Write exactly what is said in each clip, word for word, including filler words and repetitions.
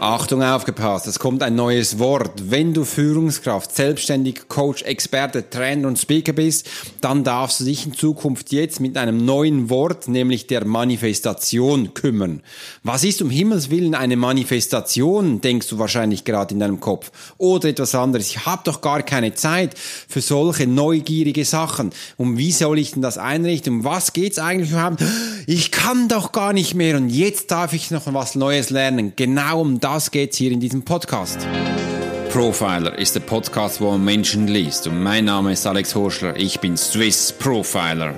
Achtung, aufgepasst, es kommt ein neues Wort. Wenn du Führungskraft, selbstständig, Coach, Experte, Trainer und Speaker bist, dann darfst du dich in Zukunft jetzt mit einem neuen Wort, nämlich der Manifestation, kümmern. Was ist um Himmels Willen eine Manifestation, denkst du wahrscheinlich gerade in deinem Kopf. Oder etwas anderes. Ich habe doch gar keine Zeit für solche neugierige Sachen. Um wie soll ich denn das einrichten? Um was geht's eigentlich überhaupt? Ich kann doch gar nicht mehr und jetzt darf ich noch was Neues lernen. Genau um das geht's hier in diesem Podcast. Profiler ist der Podcast, wo man Menschen liest. Und mein Name ist Alex Horschler. Ich bin Swiss Profiler.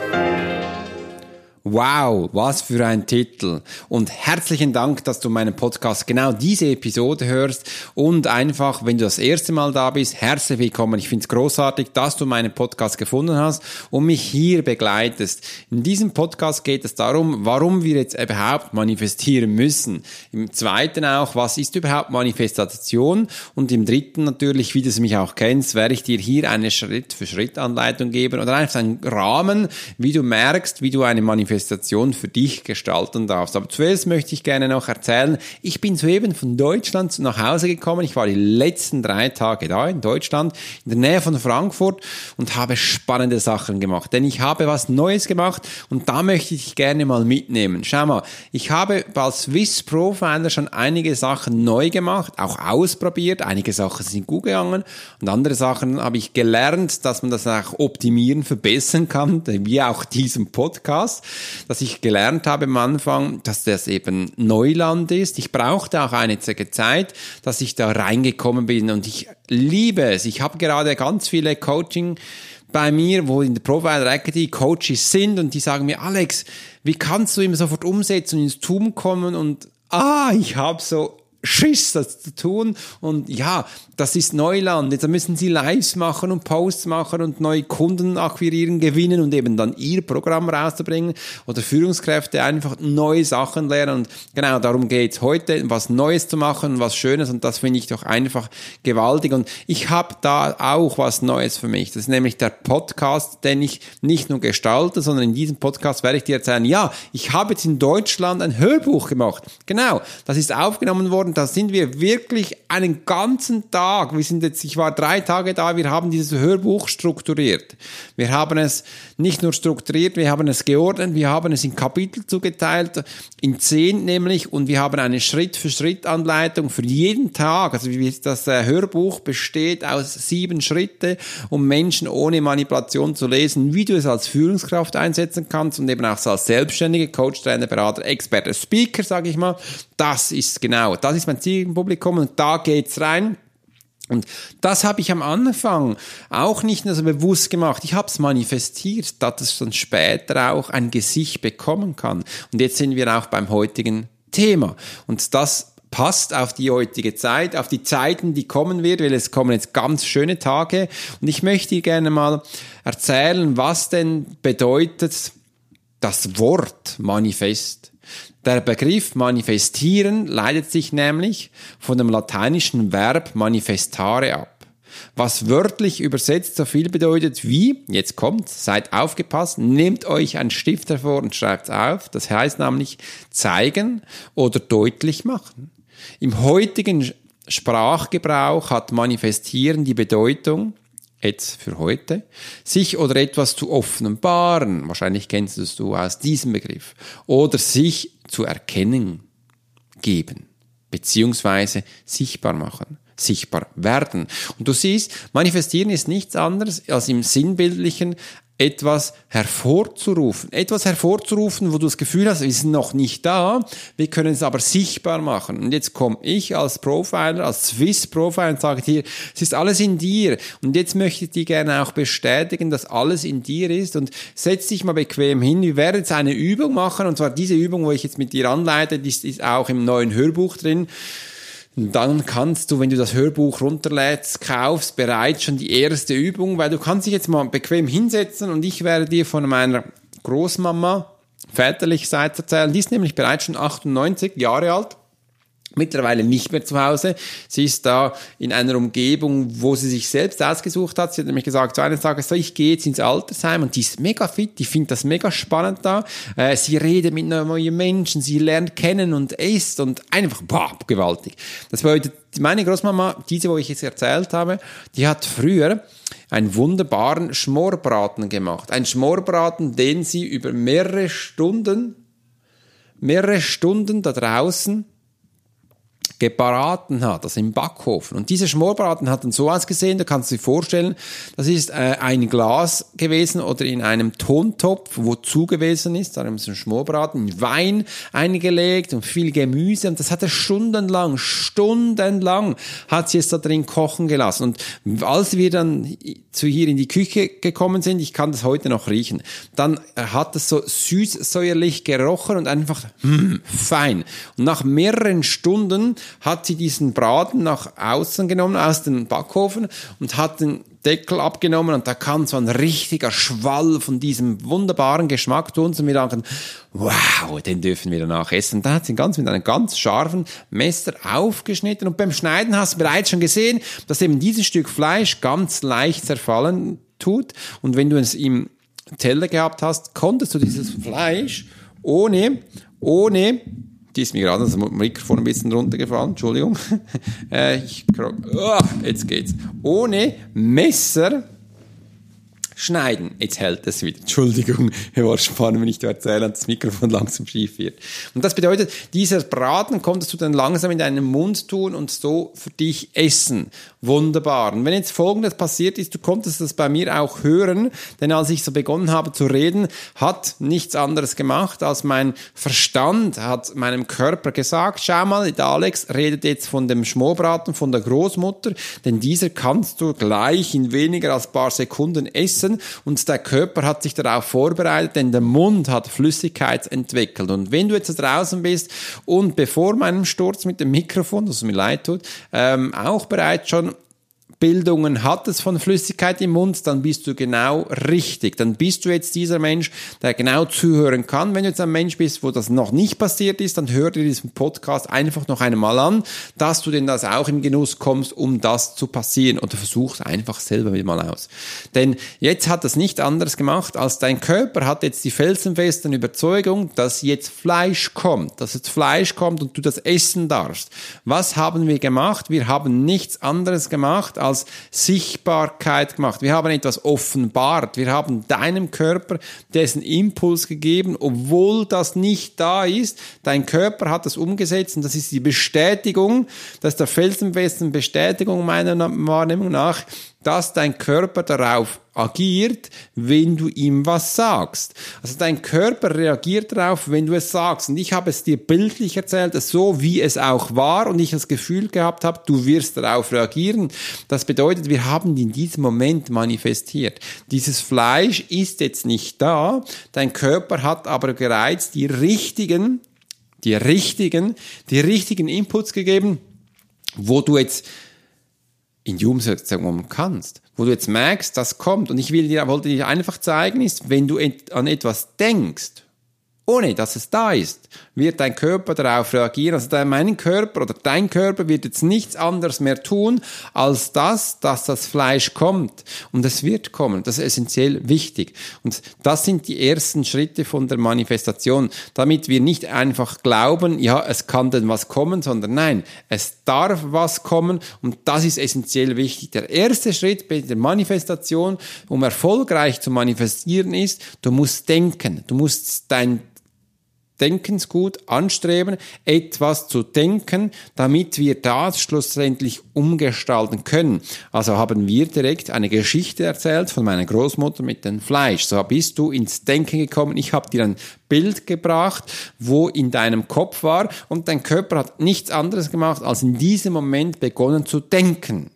Wow, was für ein Titel. Und herzlichen Dank, dass du meinen Podcast genau diese Episode hörst. Und einfach, wenn du das erste Mal da bist, herzlich willkommen. Ich finde es großartig, dass du meinen Podcast gefunden hast und mich hier begleitest. In diesem Podcast geht es darum, warum wir jetzt überhaupt manifestieren müssen. Im zweiten auch, was ist überhaupt Manifestation? Und im dritten natürlich, wie du es mich auch kennst, werde ich dir hier eine Schritt-für-Schritt-Anleitung geben oder einfach einen Rahmen, wie du merkst, wie du eine Manifestation für dich gestalten darfst. Aber zuerst möchte ich gerne noch erzählen, ich bin soeben von Deutschland nach Hause gekommen. Ich war die letzten drei Tage da in Deutschland, in der Nähe von Frankfurt und habe spannende Sachen gemacht. Denn ich habe was Neues gemacht und da möchte ich dich gerne mal mitnehmen. Schau mal, ich habe als Swiss Profiler schon einige Sachen neu gemacht, auch ausprobiert. Einige Sachen sind gut gegangen und andere Sachen habe ich gelernt, dass man das auch optimieren, verbessern kann, wie auch diesen Podcast. Dass ich gelernt habe am Anfang, dass das eben Neuland ist. Ich brauchte auch eine Zeit, dass ich da reingekommen bin und ich liebe es. Ich habe gerade ganz viele Coaching bei mir, wo in der Profiler Academy Coaches sind und die sagen mir, Alex, wie kannst du immer sofort umsetzen und ins Tun kommen und ah, ich habe so Schiss, das zu tun und ja, das ist Neuland. Jetzt müssen sie Lives machen und Posts machen und neue Kunden akquirieren, gewinnen und eben dann ihr Programm rauszubringen oder Führungskräfte einfach neue Sachen lernen und genau darum geht's heute, was Neues zu machen, was Schönes und das finde ich doch einfach gewaltig und ich habe da auch was Neues für mich. Das ist nämlich der Podcast, den ich nicht nur gestalte, sondern in diesem Podcast werde ich dir erzählen, ja, ich habe jetzt in Deutschland ein Hörbuch gemacht. Genau, das ist aufgenommen worden. Da sind wir wirklich einen ganzen Tag, wir sind jetzt, ich war drei Tage da, wir haben dieses Hörbuch strukturiert. Wir haben es nicht nur strukturiert, wir haben es geordnet, wir haben es in Kapitel zugeteilt, in zehn nämlich, und wir haben eine Schritt-für-Schritt-Anleitung für jeden Tag. Also wie das Hörbuch besteht aus sieben Schritte, um Menschen ohne Manipulation zu lesen, wie du es als Führungskraft einsetzen kannst und eben auch als selbstständige Coach, Trainer, Berater, Experte, Speaker, sage ich mal. Das ist genau, das ist mein Zielpublikum und da geht's rein. Und das habe ich am Anfang auch nicht nur so bewusst gemacht. Ich habe es manifestiert, dass es dann später auch ein Gesicht bekommen kann. Und jetzt sind wir auch beim heutigen Thema. Und das passt auf die heutige Zeit, auf die Zeiten, die kommen wird, weil es kommen jetzt ganz schöne Tage. Und ich möchte dir gerne mal erzählen, was denn bedeutet das Wort Manifest. Der Begriff manifestieren leitet sich nämlich von dem lateinischen Verb manifestare ab, was wörtlich übersetzt so viel bedeutet wie, jetzt kommt, seid aufgepasst, nehmt euch einen Stift hervor und schreibt auf, das heißt nämlich zeigen oder deutlich machen. Im heutigen Sprachgebrauch hat manifestieren die Bedeutung, jetzt für heute, sich oder etwas zu offenbaren, wahrscheinlich kennst du es du aus diesem Begriff, oder sich zu erkennen geben, beziehungsweise sichtbar machen, sichtbar werden. Und du siehst, manifestieren ist nichts anderes als im Sinnbildlichen etwas hervorzurufen. Etwas hervorzurufen, wo du das Gefühl hast, wir sind noch nicht da, wir können es aber sichtbar machen. Und jetzt komme ich als Profiler, als Swiss Profiler und sage dir, es ist alles in dir. Und jetzt möchte ich dir gerne auch bestätigen, dass alles in dir ist. Und setz dich mal bequem hin. Wir werden jetzt eine Übung machen. Und zwar diese Übung, wo ich jetzt mit dir anleite, die ist auch im neuen Hörbuch drin. Dann kannst du, wenn du das Hörbuch runterlädst, kaufst, bereits schon die erste Übung, weil du kannst dich jetzt mal bequem hinsetzen und ich werde dir von meiner Großmama väterlicherseits erzählen. Die ist nämlich bereits schon achtundneunzig Jahre alt mittlerweile nicht mehr zu Hause. Sie ist da in einer Umgebung, wo sie sich selbst ausgesucht hat. Sie hat nämlich gesagt, so eines Tages, so, ich gehe jetzt ins Altersheim und die ist mega fit, die findet das mega spannend da. Äh, sie redet mit neuen Menschen, sie lernt kennen und isst und einfach, boah, gewaltig. Das bedeutet, meine Großmama, diese, wo ich jetzt erzählt habe, die hat früher einen wunderbaren Schmorbraten gemacht. Ein Schmorbraten, den sie über mehrere Stunden, mehrere Stunden da draußen gebraten hat, also im Backofen. Und dieser Schmorbraten hat dann so ausgesehen, da kannst du dir vorstellen, das ist äh, ein Glas gewesen oder in einem Tontopf, wo zu gewesen ist, da haben sie einen Schmorbraten, Wein eingelegt und viel Gemüse und das hat er stundenlang, stundenlang hat sie es da drin kochen gelassen. Und als wir dann zu hier in die Küche gekommen sind, ich kann das heute noch riechen, dann hat es so süß-säuerlich gerochen und einfach mm, fein. Und nach mehreren Stunden hat sie diesen Braten nach außen genommen, aus dem Backofen und hat den Deckel abgenommen und da kam so ein richtiger Schwall von diesem wunderbaren Geschmack zu uns und wir dachten, wow, den dürfen wir danach essen. Und da hat sie ganz mit einem ganz scharfen Messer aufgeschnitten und beim Schneiden hast du bereits schon gesehen, dass eben dieses Stück Fleisch ganz leicht zerfallen tut und wenn du es im Teller gehabt hast, konntest du dieses Fleisch ohne, ohne Die ist mir gerade das Mikrofon ein bisschen runtergefallen, Entschuldigung. äh, ich, oh, jetzt geht's. Ohne Messer schneiden. Jetzt hält es wieder. Entschuldigung, war spannend, wenn ich da erzähle und das Mikrofon langsam schief wird. Und das bedeutet, dieser Braten konntest du dann langsam in deinen Mund tun und so für dich essen. Wunderbar. Und wenn jetzt Folgendes passiert ist, du konntest das bei mir auch hören, denn als ich so begonnen habe zu reden, hat nichts anderes gemacht, als mein Verstand hat meinem Körper gesagt, schau mal, der Alex redet jetzt von dem Schmorbraten von der Großmutter, denn dieser kannst du gleich in weniger als ein paar Sekunden essen. Und der Körper hat sich darauf vorbereitet, denn der Mund hat Flüssigkeit entwickelt. Und wenn du jetzt draußen bist und bevor meinem Sturz mit dem Mikrofon, das mir leid tut, ähm, auch bereits schon Bildungen hattest von Flüssigkeit im Mund, dann bist du genau richtig. Dann bist du jetzt dieser Mensch, der genau zuhören kann. Wenn du jetzt ein Mensch bist, wo das noch nicht passiert ist, dann hör dir diesen Podcast einfach noch einmal an, dass du denn das auch in Genuss kommst, um das zu passieren. Oder versuch es einfach selber mal aus. Denn jetzt hat das nicht anderes gemacht, als dein Körper hat jetzt die felsenfeste Überzeugung, dass jetzt Fleisch kommt, dass jetzt Fleisch kommt und du das essen darfst. Was haben wir gemacht? Wir haben nichts anderes gemacht, als Sichtbarkeit gemacht. Wir haben etwas offenbart. Wir haben deinem Körper dessen Impuls gegeben, obwohl das nicht da ist. Dein Körper hat das umgesetzt und das ist die Bestätigung, das ist der felsenfesten Bestätigung meiner Wahrnehmung nach, dass dein Körper darauf agiert, wenn du ihm was sagst. Also dein Körper reagiert darauf, wenn du es sagst. Und ich habe es dir bildlich erzählt, so wie es auch war und ich das Gefühl gehabt habe, du wirst darauf reagieren. Das bedeutet, wir haben in diesem Moment manifestiert. Dieses Fleisch ist jetzt nicht da, dein Körper hat aber bereits die richtigen, die richtigen, die richtigen Inputs gegeben, wo du jetzt in die Umsetzung kannst, wo du jetzt merkst, das kommt. Und ich will dir, wollte dir einfach zeigen, ist, wenn du an etwas denkst, ohne dass es da ist, wird dein Körper darauf reagieren. Also dein, mein Körper oder dein Körper wird jetzt nichts anderes mehr tun, als das, dass das Fleisch kommt. Und es wird kommen. Das ist essentiell wichtig. Und das sind die ersten Schritte von der Manifestation, damit wir nicht einfach glauben, ja, es kann denn was kommen, sondern nein, es darf was kommen und das ist essentiell wichtig. Der erste Schritt bei der Manifestation, um erfolgreich zu manifestieren, ist, du musst denken. Du musst dein Denkensgut anstreben, etwas zu denken, damit wir das schlussendlich umgestalten können. Also haben wir direkt eine Geschichte erzählt von meiner Großmutter mit dem Fleisch. So bist du ins Denken gekommen. Ich habe dir ein Bild gebracht, wo in deinem Kopf war und dein Körper hat nichts anderes gemacht, als in diesem Moment begonnen zu denken.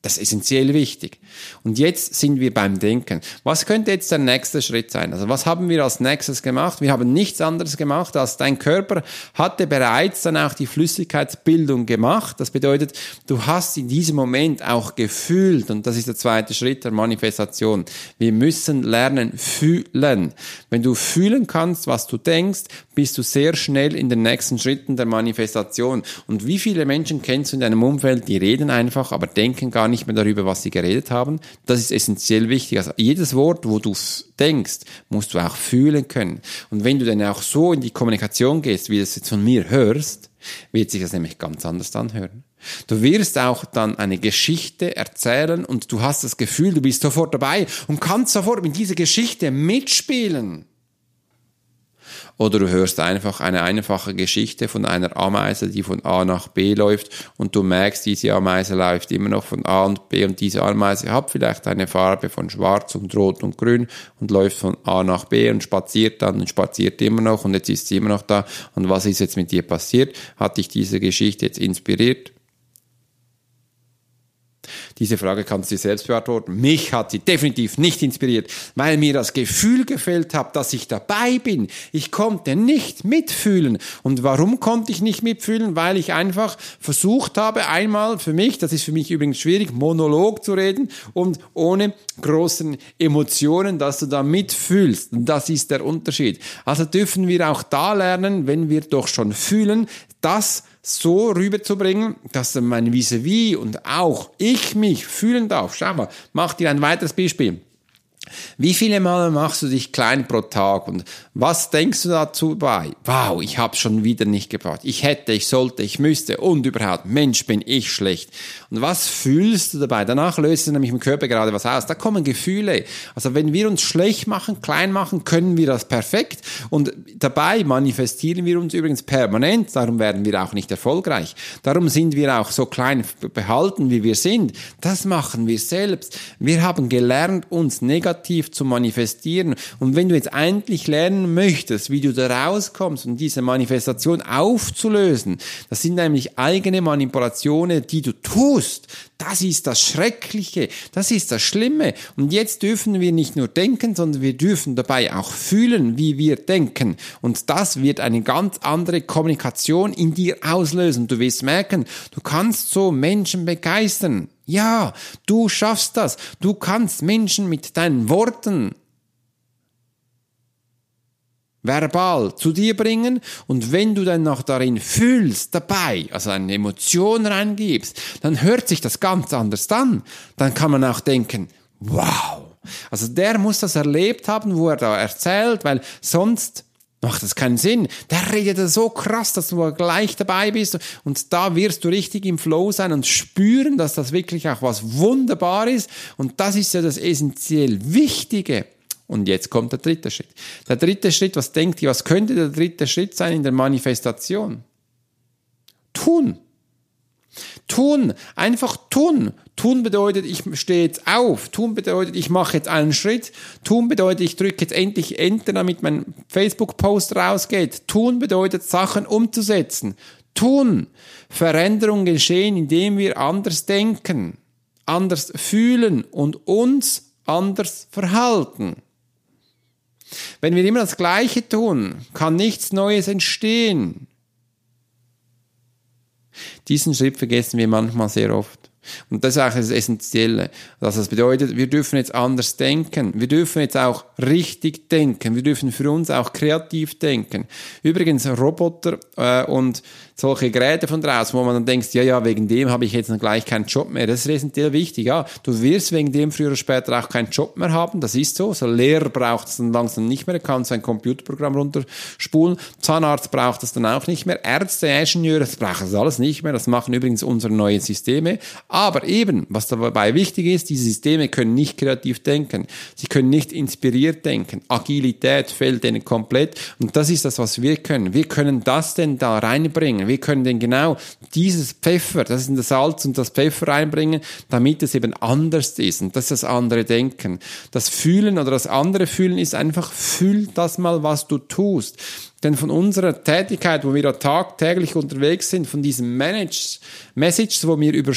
Das ist essentiell wichtig. Und jetzt sind wir beim Denken. Was könnte jetzt der nächste Schritt sein? Also was haben wir als nächstes gemacht? Wir haben nichts anderes gemacht, als dein Körper hatte bereits dann auch die Flüssigkeitsbildung gemacht. Das bedeutet, du hast in diesem Moment auch gefühlt. Und das ist der zweite Schritt der Manifestation. Wir müssen lernen, fühlen. Wenn du fühlen kannst, was du denkst, bist du sehr schnell in den nächsten Schritten der Manifestation. Und wie viele Menschen kennst du in deinem Umfeld, die reden einfach, aber denken gar nicht mehr darüber, was sie geredet haben? Das ist essentiell wichtig. Also jedes Wort, wo du denkst, musst du auch fühlen können. Und wenn du dann auch so in die Kommunikation gehst, wie du es jetzt von mir hörst, wird sich das nämlich ganz anders anhören. Du wirst auch dann eine Geschichte erzählen und du hast das Gefühl, du bist sofort dabei und kannst sofort mit dieser Geschichte mitspielen. Oder du hörst einfach eine einfache Geschichte von einer Ameise, die von A nach B läuft und du merkst, diese Ameise läuft immer noch von A und B und diese Ameise hat vielleicht eine Farbe von schwarz und rot und grün und läuft von A nach B und spaziert dann und spaziert immer noch und jetzt ist sie immer noch da. Und was ist jetzt mit dir passiert? Hat dich diese Geschichte jetzt inspiriert? Diese Frage kannst du dir selbst beantworten. Mich hat sie definitiv nicht inspiriert, weil mir das Gefühl gefehlt hat, dass ich dabei bin. Ich konnte nicht mitfühlen. Und warum konnte ich nicht mitfühlen? Weil ich einfach versucht habe, einmal für mich, das ist für mich übrigens schwierig, Monolog zu reden und ohne großen Emotionen, dass du da mitfühlst. Und das ist der Unterschied. Also dürfen wir auch da lernen, wenn wir doch schon fühlen, das so rüberzubringen, dass mein Vis-à-vis und auch ich mich fühlen darf. Schau mal, mach dir ein weiteres Beispiel. Wie viele Mal machst du dich klein pro Tag und was denkst du dazu bei? Wow, ich habe schon wieder nicht gebracht. Ich hätte, ich sollte, ich müsste und überhaupt, Mensch, bin ich schlecht. Und was fühlst du dabei? Danach löst du nämlich im Körper gerade was aus. Da kommen Gefühle. Also wenn wir uns schlecht machen, klein machen, können wir das perfekt und dabei manifestieren wir uns übrigens permanent. Darum werden wir auch nicht erfolgreich. Darum sind wir auch so klein behalten, wie wir sind. Das machen wir selbst. Wir haben gelernt, uns negativ zu manifestieren. Und wenn du jetzt endlich lernen möchtest, wie du da rauskommst und diese Manifestation aufzulösen, das sind nämlich eigene Manipulationen, die du tust. Das ist das Schreckliche, das ist das Schlimme. Und jetzt dürfen wir nicht nur denken, sondern wir dürfen dabei auch fühlen, wie wir denken. Und das wird eine ganz andere Kommunikation in dir auslösen. Du wirst merken, du kannst so Menschen begeistern. Ja, du schaffst das. Du kannst Menschen mit deinen Worten verbal zu dir bringen und wenn du dann noch darin fühlst, dabei, also eine Emotion reingibst, dann hört sich das ganz anders an. Dann kann man auch denken, wow, also der muss das erlebt haben, wo er da erzählt, weil sonst macht das keinen Sinn. Der redet so krass, dass du gleich dabei bist und da wirst du richtig im Flow sein und spüren, dass das wirklich auch was wunderbar ist und das ist ja das essentiell Wichtige. Und jetzt kommt der dritte Schritt. Der dritte Schritt, was denkt ihr, was könnte der dritte Schritt sein in der Manifestation? Tun. Tun. Einfach tun. Tun bedeutet, ich stehe jetzt auf. Tun bedeutet, ich mache jetzt einen Schritt. Tun bedeutet, ich drücke jetzt endlich Enter, damit mein Facebook-Post rausgeht. Tun bedeutet, Sachen umzusetzen. Tun. Veränderungen geschehen, indem wir anders denken, anders fühlen und uns anders verhalten. Wenn wir immer das Gleiche tun, kann nichts Neues entstehen. Diesen Schritt vergessen wir manchmal sehr oft. Und das ist auch das Essentielle. Also das bedeutet, wir dürfen jetzt anders denken. Wir dürfen jetzt auch richtig denken. Wir dürfen für uns auch kreativ denken. Übrigens Roboter äh, und solche Geräte von draußen, wo man dann denkt, ja, ja, wegen dem habe ich jetzt dann gleich keinen Job mehr. Das ist essentiell wichtig. Ja, du wirst wegen dem früher oder später auch keinen Job mehr haben. Das ist so. So Lehrer braucht es dann langsam nicht mehr. Er kann sein Computerprogramm runterspulen. Zahnarzt braucht es dann auch nicht mehr. Ärzte, Ingenieure, das brauchen das alles nicht mehr. Das machen übrigens unsere neuen Systeme. Aber eben, was dabei wichtig ist, diese Systeme können nicht kreativ denken. Sie können nicht inspiriert denken. Agilität fehlt denen komplett. Und das ist das, was wir können. Wir können das denn da reinbringen. Wir können denn genau dieses Pfeffer, das ist das Salz und das Pfeffer reinbringen, damit es eben anders ist. Und das ist das andere Denken. Das Fühlen oder das andere Fühlen ist einfach, fühl das mal, was du tust. Denn von unserer Tätigkeit, wo wir da tagtäglich unterwegs sind, von diesen Managed Messages, wo wir über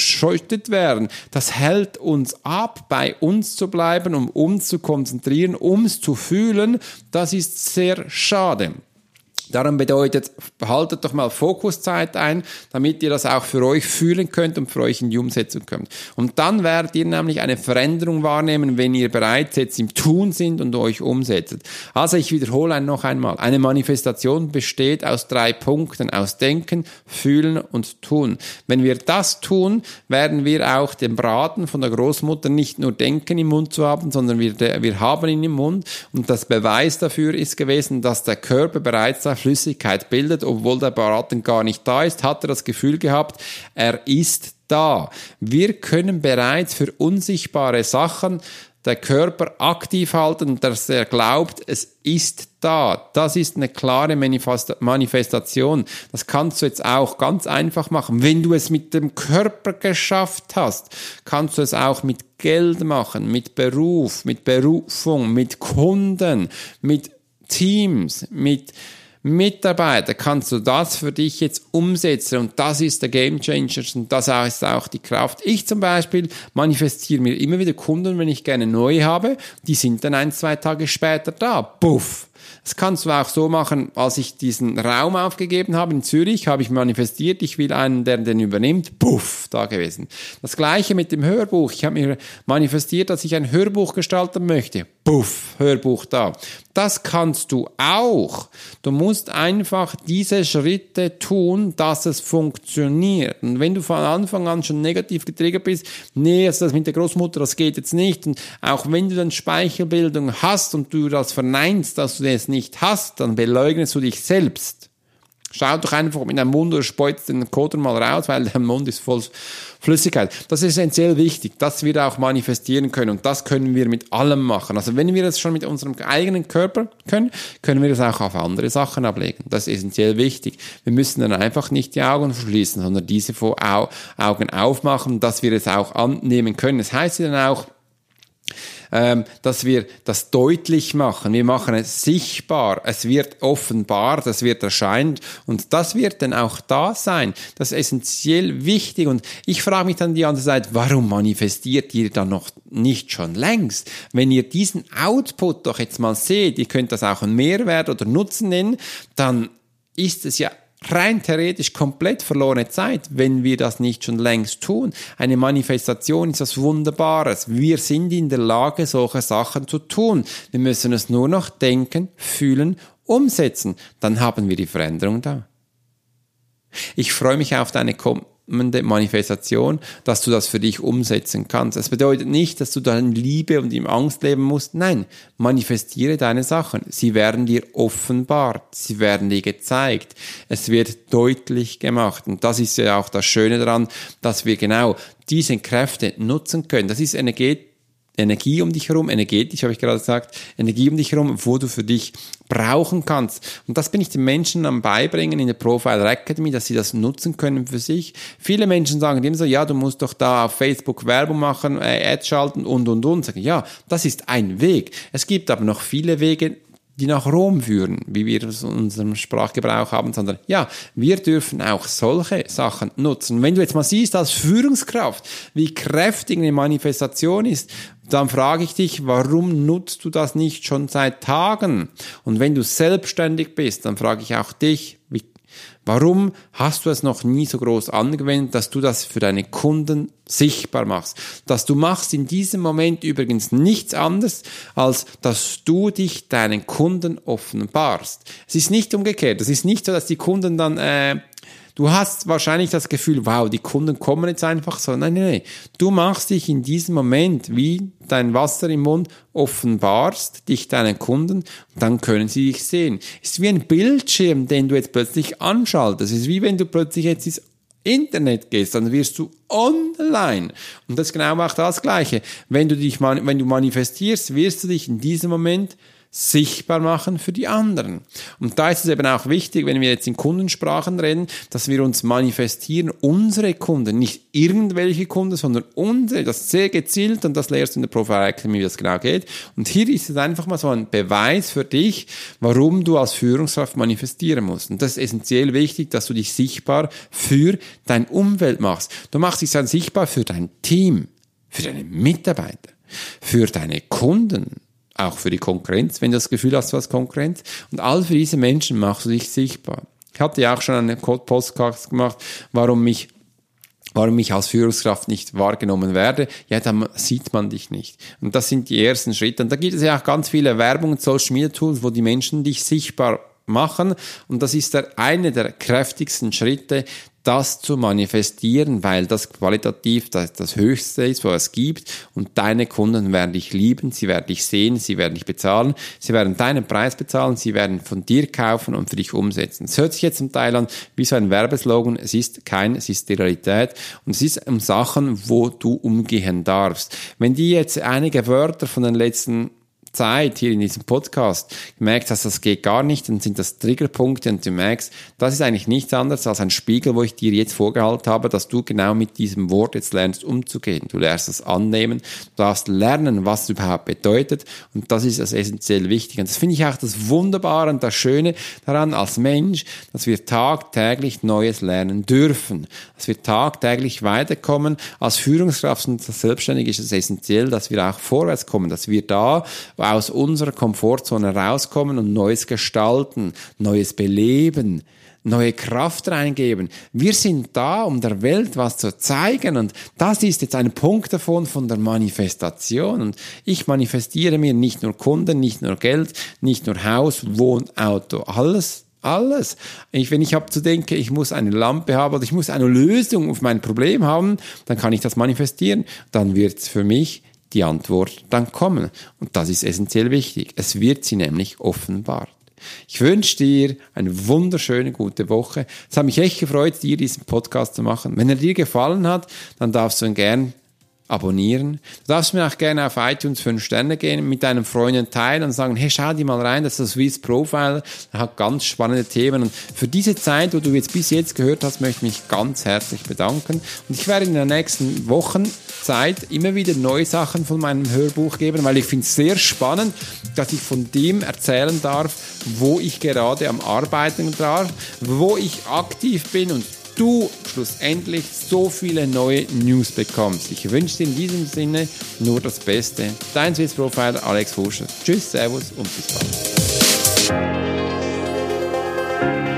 gedeutet werden. Das hält uns ab, bei uns zu bleiben, um uns zu konzentrieren, um es zu fühlen. Das ist sehr schade. Darum bedeutet, haltet doch mal Fokuszeit ein, damit ihr das auch für euch fühlen könnt und für euch in die Umsetzung kommt. Und dann werdet ihr nämlich eine Veränderung wahrnehmen, wenn ihr bereits jetzt im Tun sind und euch umsetzt. Also ich wiederhole noch einmal. Eine Manifestation besteht aus drei Punkten, aus Denken, Fühlen und Tun. Wenn wir das tun, werden wir auch den Braten von der Großmutter nicht nur denken im Mund zu haben, sondern wir, wir haben ihn im Mund. Und das Beweis dafür ist gewesen, dass der Körper bereits Flüssigkeit bildet, obwohl der Braten gar nicht da ist, hat er das Gefühl gehabt, er ist da. Wir können bereits für unsichtbare Sachen der Körper aktiv halten, dass er glaubt, es ist da. Das ist eine klare Manifestation. Das kannst du jetzt auch ganz einfach machen. Wenn du es mit dem Körper geschafft hast, kannst du es auch mit Geld machen, mit Beruf, mit Berufung, mit Kunden, mit Teams, mit Mitarbeiter, kannst du das für dich jetzt umsetzen und das ist der Gamechanger und das ist auch die Kraft. Ich zum Beispiel manifestiere mir immer wieder Kunden, wenn ich gerne neue habe, die sind dann ein, zwei Tage später da. Puff! Das kannst du auch so machen, als ich diesen Raum aufgegeben habe in Zürich, habe ich manifestiert, ich will einen, der den übernimmt, puff, da gewesen. Das Gleiche mit dem Hörbuch. Ich habe mir manifestiert, dass ich ein Hörbuch gestalten möchte. Puff, Hörbuch da. Das kannst du auch. Du musst einfach diese Schritte tun, dass es funktioniert. Und wenn du von Anfang an schon negativ getriggert bist, nee, also das mit der Großmutter, das geht jetzt nicht. Und auch wenn du dann Speichelbildung hast und du das verneinst, dass du das nicht hast, dann beleugnest du dich selbst. Schau doch einfach mit deinem Mund oder speuzt den Koder mal raus, weil der Mund ist voll Flüssigkeit. Das ist essentiell wichtig, dass wir auch manifestieren können und das können wir mit allem machen. Also wenn wir das schon mit unserem eigenen Körper können, können wir das auch auf andere Sachen ablegen. Das ist essentiell wichtig. Wir müssen dann einfach nicht die Augen verschließen, sondern diese Augen aufmachen, dass wir es auch annehmen können. Das heißt dann auch, dass wir das deutlich machen. Wir machen es sichtbar. Es wird offenbar, das wird erscheinen und das wird dann auch da sein. Das ist essentiell wichtig und ich frage mich dann die andere Seite, warum manifestiert ihr dann noch nicht schon längst? Wenn ihr diesen Output doch jetzt mal seht, ihr könnt das auch einen Mehrwert oder Nutzen nennen, dann ist es ja rein theoretisch komplett verlorene Zeit, wenn wir das nicht schon längst tun. Eine Manifestation ist was Wunderbares. Wir sind in der Lage, solche Sachen zu tun. Wir müssen es nur noch denken, fühlen, umsetzen. Dann haben wir die Veränderung da. Ich freue mich auf deine kommende Manifestation, dass du das für dich umsetzen kannst. Das bedeutet nicht, dass du da in Liebe und in Angst leben musst. Nein, manifestiere deine Sachen. Sie werden dir offenbart. Sie werden dir gezeigt. Es wird deutlich gemacht. Und das ist ja auch das Schöne daran, dass wir genau diese Kräfte nutzen können. Das ist Energie, Energie um dich herum, energetisch habe ich gerade gesagt, Energie um dich herum, wo du für dich brauchen kannst. Und das bin ich den Menschen am Beibringen in der Profile Academy, dass sie das nutzen können für sich. Viele Menschen sagen immer so, ja, du musst doch da auf Facebook Werbung machen, äh, Ads schalten und, und, und. Sagen, ja, das ist ein Weg. Es gibt aber noch viele Wege, die nach Rom führen, wie wir es in unserem Sprachgebrauch haben, sondern ja, wir dürfen auch solche Sachen nutzen. Wenn du jetzt mal siehst als Führungskraft, wie kräftig eine Manifestation ist, dann frage ich dich, warum nutzt du das nicht schon seit Tagen? Und wenn du selbstständig bist, dann frage ich auch dich, wie warum hast du es noch nie so groß angewendet, dass du das für deine Kunden sichtbar machst? Dass du machst in diesem Moment übrigens nichts anderes, als dass du dich deinen Kunden offenbarst. Es ist nicht umgekehrt. Es ist nicht so, dass die Kunden dann... Äh, Du hast wahrscheinlich das Gefühl, wow, die Kunden kommen jetzt einfach so. Nein, nein, nein. Du machst dich in diesem Moment wie dein Wasser im Mund, offenbarst dich deinen Kunden und dann können sie dich sehen. Es ist wie ein Bildschirm, den du jetzt plötzlich anschaltest. Es ist wie wenn du plötzlich jetzt ins Internet gehst, dann wirst du online. Und das ist genau auch das Gleiche. Wenn du dich, wenn du manifestierst, wirst du dich in diesem Moment sichtbar machen für die anderen. Und da ist es eben auch wichtig, wenn wir jetzt in Kundensprachen reden, dass wir uns manifestieren, unsere Kunden, nicht irgendwelche Kunden, sondern unsere, das sehr gezielt, und das lehrst du in der Profile Academy, wie das genau geht. Und hier ist es einfach mal so ein Beweis für dich, warum du als Führungskraft manifestieren musst. Und das ist essentiell wichtig, dass du dich sichtbar für dein Umfeld machst. Du machst dich dann sichtbar für dein Team, für deine Mitarbeiter, für deine Kunden, auch für die Konkurrenz, wenn du das Gefühl hast, du hast Konkurrenz. Und all für diese Menschen machst du dich sichtbar. Ich hatte ja auch schon einen Podcast gemacht, warum mich warum ich als Führungskraft nicht wahrgenommen werde. Ja, dann sieht man dich nicht. Und das sind die ersten Schritte. Und da gibt es ja auch ganz viele Werbung und Social Media Tools, wo die Menschen dich sichtbar machen. Und das ist der eine der kräftigsten Schritte, das zu manifestieren, weil das qualitativ das, das Höchste ist, was es gibt, und deine Kunden werden dich lieben, sie werden dich sehen, sie werden dich bezahlen, sie werden deinen Preis bezahlen, sie werden von dir kaufen und für dich umsetzen. Es hört sich jetzt zum Teil an wie so ein Werbeslogan, es ist kein, es ist die Realität, und es ist um Sachen, wo du umgehen darfst. Wenn die jetzt einige Wörter von den letzten Zeit hier in diesem Podcast gemerkt hast, das geht gar nicht, dann sind das Triggerpunkte, und du merkst, das ist eigentlich nichts anderes als ein Spiegel, wo ich dir jetzt vorgehalten habe, dass du genau mit diesem Wort jetzt lernst umzugehen. Du lernst das annehmen, du darfst lernen, was es überhaupt bedeutet, und das ist das essentiell Wichtige. Und das finde ich auch das Wunderbare und das Schöne daran als Mensch, dass wir tagtäglich Neues lernen dürfen, dass wir tagtäglich weiterkommen. Als Führungskraft und als Selbstständige ist es essentiell, dass wir auch vorwärts kommen, dass wir da aus unserer Komfortzone rauskommen und Neues gestalten, Neues beleben, neue Kraft reingeben. Wir sind da, um der Welt was zu zeigen, und das ist jetzt ein Punkt davon, von der Manifestation. Und ich manifestiere mir nicht nur Kunden, nicht nur Geld, nicht nur Haus, Wohn, Auto, alles. Alles. Ich, wenn ich habe zu denken, ich muss eine Lampe haben oder ich muss eine Lösung auf mein Problem haben, dann kann ich das manifestieren. Dann wird es für mich die Antwort dann kommen. Und das ist essentiell wichtig. Es wird sie nämlich offenbart. Ich wünsche dir eine wunderschöne, gute Woche. Es hat mich echt gefreut, dir diesen Podcast zu machen. Wenn er dir gefallen hat, dann darfst du ihn gern abonnieren. Du darfst mir auch gerne auf iTunes fünf Sterne gehen, mit deinen Freunden teilen und sagen, hey, schau dir mal rein, das ist das Swiss Profiler, der hat ganz spannende Themen. Und für diese Zeit, wo du jetzt bis jetzt gehört hast, möchte ich mich ganz herzlich bedanken. Und ich werde in der nächsten Wochenzeit immer wieder neue Sachen von meinem Hörbuch geben, weil ich finde es sehr spannend, dass ich von dem erzählen darf, wo ich gerade am Arbeiten darf, wo ich aktiv bin und du schlussendlich so viele neue News bekommst. Ich wünsche dir in diesem Sinne nur das Beste. Dein Swiss Profiler Alex Huscher. Tschüss, Servus und bis bald.